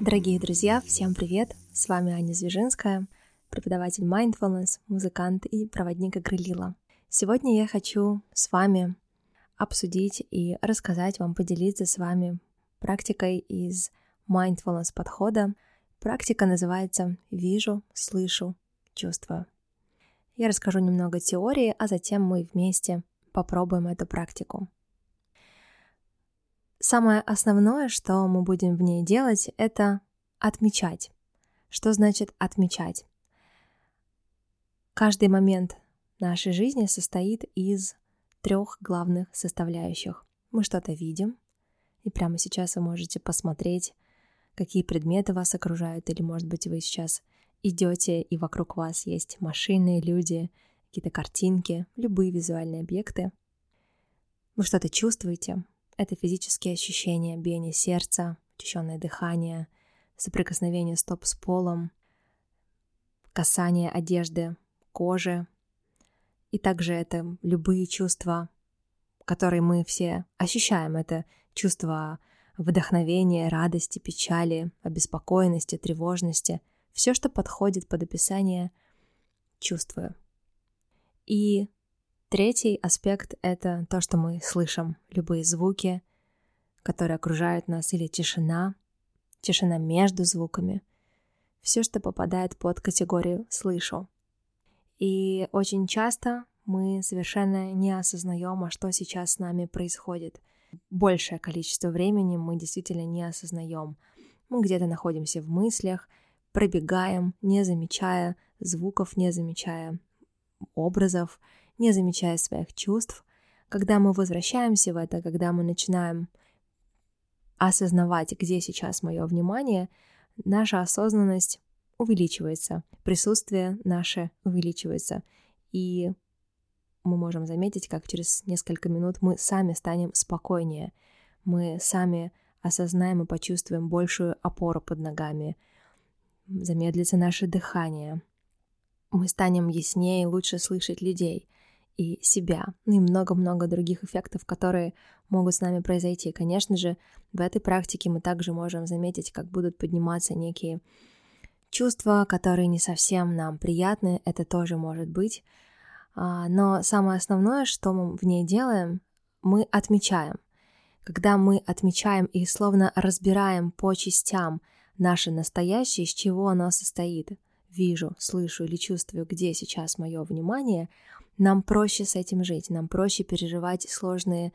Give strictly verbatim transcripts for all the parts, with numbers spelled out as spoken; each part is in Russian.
Дорогие друзья, всем привет! С вами Аня Звежинская, преподаватель Mindfulness, музыкант и проводник игры Лила. Сегодня я хочу с вами обсудить и рассказать вам, поделиться с вами практикой из Mindfulness подхода. Практика называется «Вижу, слышу, чувствую». Я расскажу немного теории, а затем мы вместе попробуем эту практику. Самое основное, что мы будем в ней делать, это отмечать. Что значит отмечать? Каждый момент нашей жизни состоит из трех главных составляющих. Мы что-то видим, и прямо сейчас вы можете посмотреть, какие предметы вас окружают, или, может быть, вы сейчас идете, и вокруг вас есть машины, люди, какие-то картинки, любые визуальные объекты. Вы что-то чувствуете. Это физические ощущения, биение сердца, учащенное дыхание, соприкосновение стоп с полом, касание одежды, кожи. И также это любые чувства, которые мы все ощущаем. Это чувства вдохновения, радости, печали, обеспокоенности, тревожности. Все, что подходит под описание «чувствую». И третий аспект — это то, что мы слышим, любые звуки, которые окружают нас, или тишина, тишина между звуками, все, что попадает под категорию «слышу». И очень часто мы совершенно не осознаем, а что сейчас с нами происходит. Большее количество времени мы действительно не осознаем. Мы где-то находимся в мыслях, пробегаем, не замечая звуков, не замечая образов, не замечая своих чувств. Когда мы возвращаемся в это, когда мы начинаем осознавать, где сейчас мое внимание, наша осознанность увеличивается, присутствие наше увеличивается, и мы можем заметить, как через несколько минут мы сами станем спокойнее, мы сами осознаем и почувствуем большую опору под ногами, замедлится наше дыхание, мы станем яснее и лучше слышать людей и себя, ну и много-много других эффектов, которые могут с нами произойти. Конечно же, в этой практике мы также можем заметить, как будут подниматься некие чувства, которые не совсем нам приятны, это тоже может быть. Но самое основное, что мы в ней делаем, мы отмечаем. Когда мы отмечаем и словно разбираем по частям наше настоящее, из чего оно состоит, вижу, слышу или чувствую, где сейчас мое внимание, нам проще с этим жить, нам проще переживать сложные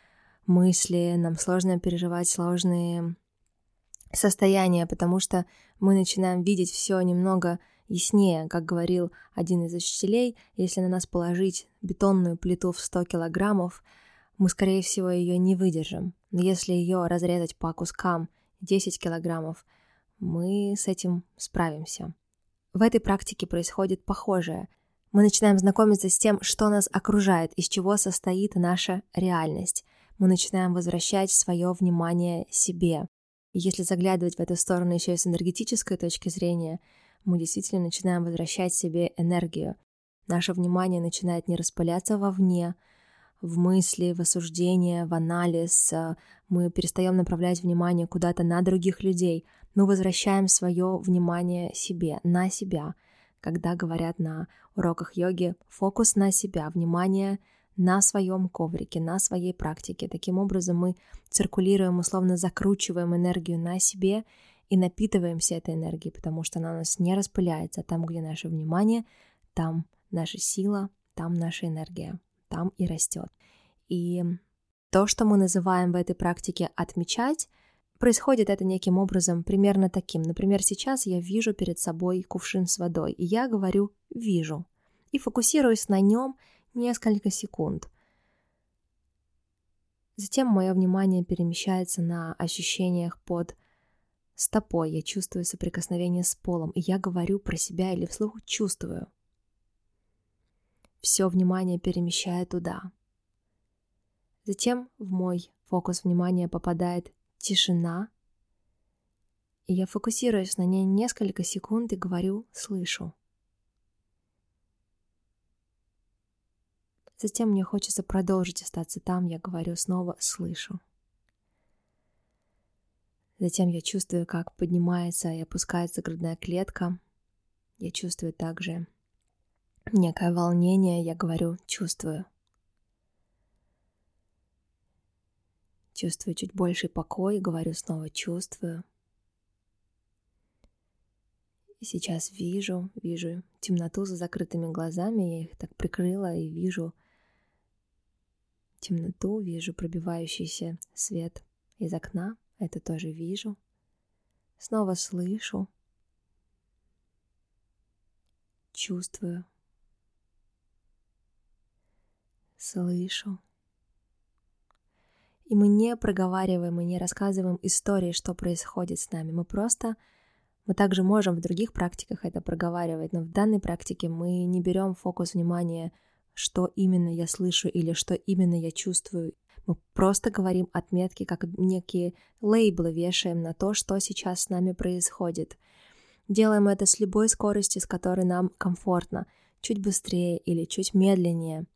мысли, нам сложно переживать сложные состояния, потому что мы начинаем видеть все немного яснее. Как говорил один из учителей, если на нас положить бетонную плиту в сто килограммов, мы, скорее всего, ее не выдержим. Но если ее разрезать по кускам десять килограммов, мы с этим справимся. В этой практике происходит похожее. Мы начинаем знакомиться с тем, что нас окружает, из чего состоит наша реальность. Мы начинаем возвращать свое внимание себе. И если заглядывать в эту сторону еще и с энергетической точки зрения, мы действительно начинаем возвращать себе энергию. Наше внимание начинает не распыляться вовне, в мысли, в осуждение, в анализ. Мы перестаем направлять внимание куда-то на других людей. Мы возвращаем свое внимание себе, на себя. Когда говорят на уроках йоги, фокус на себя, внимание на своем коврике, на своей практике. Таким образом мы циркулируем, условно закручиваем энергию на себе и напитываемся этой энергией, потому что она у нас не распыляется. Там, где наше внимание, там наша сила, там наша энергия, там и растет. И то, что мы называем в этой практике «отмечать», происходит это неким образом примерно таким. Например, сейчас я вижу перед собой кувшин с водой, и я говорю «вижу», и фокусируюсь на нем несколько секунд. Затем мое внимание перемещается на ощущениях под стопой, я чувствую соприкосновение с полом, и я говорю про себя или вслух «чувствую». Все внимание перемещаю туда. Затем в мой фокус внимания попадает тишина, и я фокусируюсь на ней несколько секунд и говорю «слышу». Затем мне хочется продолжить остаться там, я говорю снова «слышу». Затем я чувствую, как поднимается и опускается грудная клетка. Я чувствую также некое волнение, я говорю «чувствую». Чувствую чуть больший покой, говорю снова «чувствую». И сейчас вижу, вижу темноту за закрытыми глазами, я их так прикрыла и вижу темноту, вижу пробивающийся свет из окна, это тоже вижу. Снова слышу, чувствую, слышу. И мы не проговариваем, мы не рассказываем истории, что происходит с нами. Мы просто, мы также можем в других практиках это проговаривать, но в данной практике мы не берем фокус внимания, что именно я слышу или что именно я чувствую. Мы просто говорим отметки, как некие лейблы вешаем на то, что сейчас с нами происходит. Делаем это с любой скоростью, с которой нам комфортно, чуть быстрее или чуть медленнее.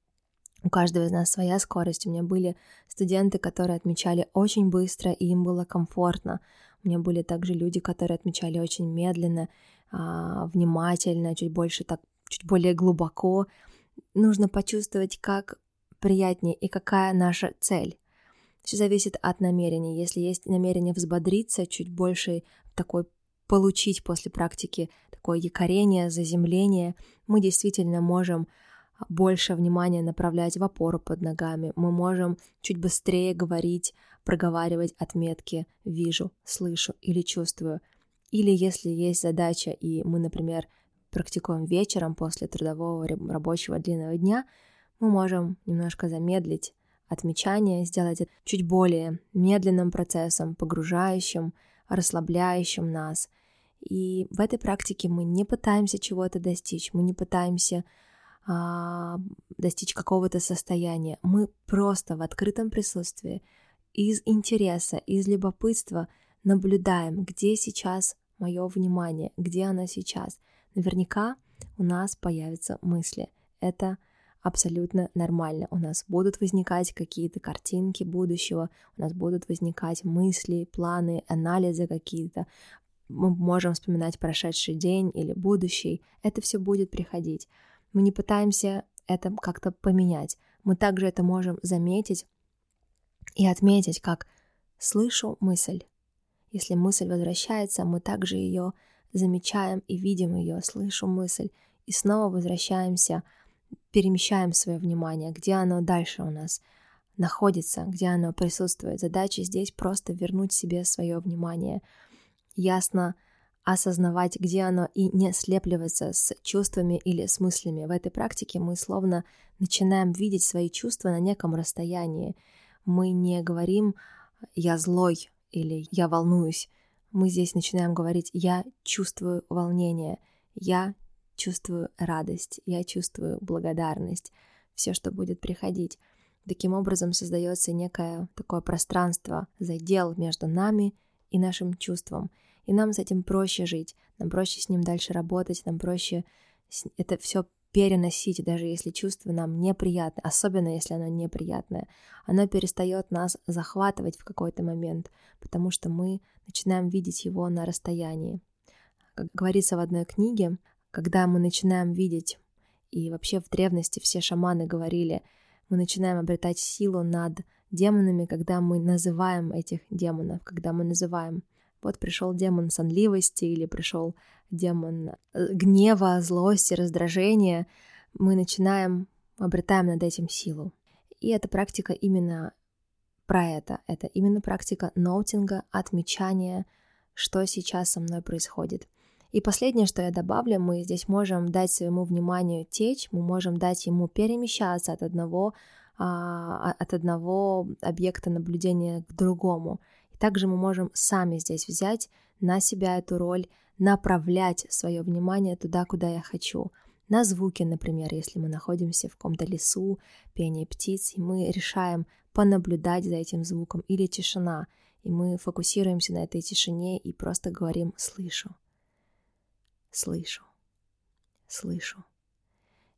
У каждого из нас своя скорость. У меня были студенты, которые отмечали очень быстро, и им было комфортно. У меня были также люди, которые отмечали очень медленно, внимательно, чуть больше, так, чуть более глубоко. Нужно почувствовать, как приятнее и какая наша цель. Все зависит от намерения. Если есть намерение взбодриться, чуть больше такой получить после практики такое якорение, заземление, мы действительно можем больше внимания направлять в опору под ногами. Мы можем чуть быстрее говорить, проговаривать отметки «вижу», «слышу» или «чувствую». Или если есть задача, и мы, например, практикуем вечером после трудового рабочего длинного дня, мы можем немножко замедлить отмечание, сделать это чуть более медленным процессом, погружающим, расслабляющим нас. И в этой практике мы не пытаемся чего-то достичь, мы не пытаемся а, достичь какого-то состояния. Мы просто в открытом присутствии, из интереса, из любопытства наблюдаем, где сейчас мое внимание, где оно сейчас. Наверняка у нас появятся мысли. Это абсолютно нормально. У нас будут возникать какие-то картинки будущего, у нас будут возникать мысли, планы, анализы какие-то. Мы можем вспоминать прошедший день или будущий. Это все будет приходить. Мы не пытаемся это как-то поменять. Мы также это можем заметить и отметить, как слышу мысль. Если мысль возвращается, мы также ее замечаем и видим ее, слышу мысль, и снова возвращаемся, перемещаем свое внимание, где оно дальше у нас находится, где оно присутствует. Задача здесь просто вернуть себе свое внимание, ясно осознавать, где оно, и не слепливаться с чувствами или с мыслями. В этой практике мы словно начинаем видеть свои чувства на неком расстоянии. Мы не говорим «я злой» или «я волнуюсь». Мы здесь начинаем говорить «я чувствую волнение», «я чувствую радость», «я чувствую благодарность», все, что будет приходить. Таким образом создается некое такое пространство, задел между нами и нашим чувством. И нам с этим проще жить, нам проще с ним дальше работать, нам проще это все переносить, даже если чувство нам неприятно, особенно если оно неприятное. Оно перестает нас захватывать в какой-то момент, потому что мы начинаем видеть его на расстоянии. Как говорится в одной книге, когда мы начинаем видеть, и вообще в древности все шаманы говорили, мы начинаем обретать силу над демонами, когда мы называем этих демонов, когда мы называем. Вот пришел демон сонливости или пришел демон гнева, злости, раздражения. Мы начинаем, обретаем над этим силу. И эта практика именно про это. Это именно практика ноутинга, отмечания, что сейчас со мной происходит. И последнее, что я добавлю, мы здесь можем дать своему вниманию течь, мы можем дать ему перемещаться от одного, а, от одного объекта наблюдения к другому. Также мы можем сами здесь взять на себя эту роль, направлять свое внимание туда, куда я хочу. На звуки, например, если мы находимся в каком-то лесу, пение птиц, и мы решаем понаблюдать за этим звуком, или тишина, и мы фокусируемся на этой тишине и просто говорим «слышу, слышу, слышу».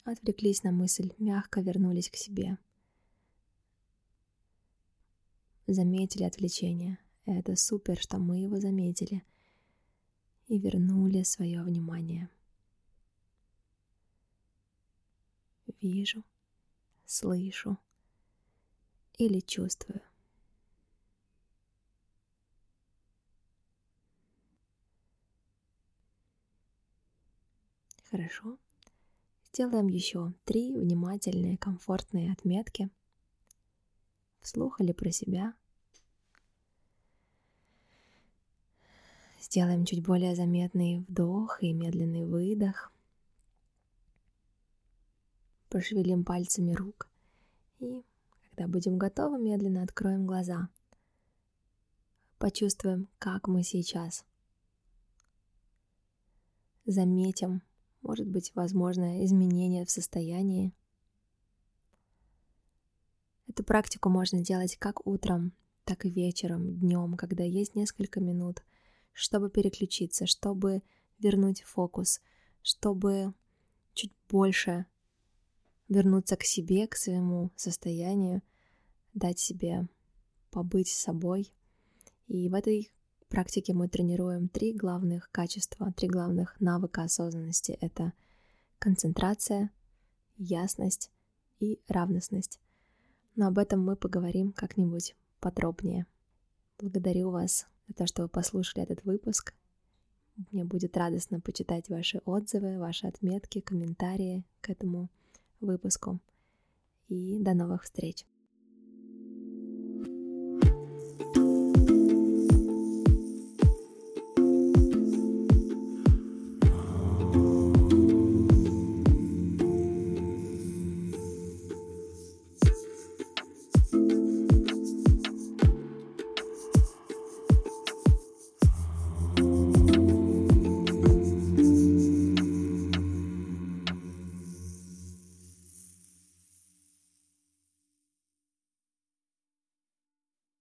отвлеклись на мысль, мягко вернулись к себе. Заметили отвлечение. Это супер, что мы его заметили и вернули свое внимание. Вижу, слышу или чувствую. Хорошо. Сделаем еще три внимательные, комфортные отметки. Вслух или про себя. Сделаем чуть более заметный вдох и медленный выдох. Пошевелим пальцами рук. И, когда будем готовы, медленно откроем глаза. Почувствуем, как мы сейчас. Заметим, может быть, возможно, изменение в состоянии. Эту практику можно делать как утром, так и вечером, днем, когда есть несколько минут, чтобы переключиться, чтобы вернуть фокус, чтобы чуть больше вернуться к себе, к своему состоянию, дать себе побыть с собой. И в этой практике мы тренируем три главных качества, три главных навыка осознанности. Это концентрация, ясность и равностность. Но об этом мы поговорим как-нибудь подробнее. Благодарю вас за то, что вы послушали этот выпуск. Мне будет радостно почитать ваши отзывы, ваши отметки, комментарии к этому выпуску. И до новых встреч!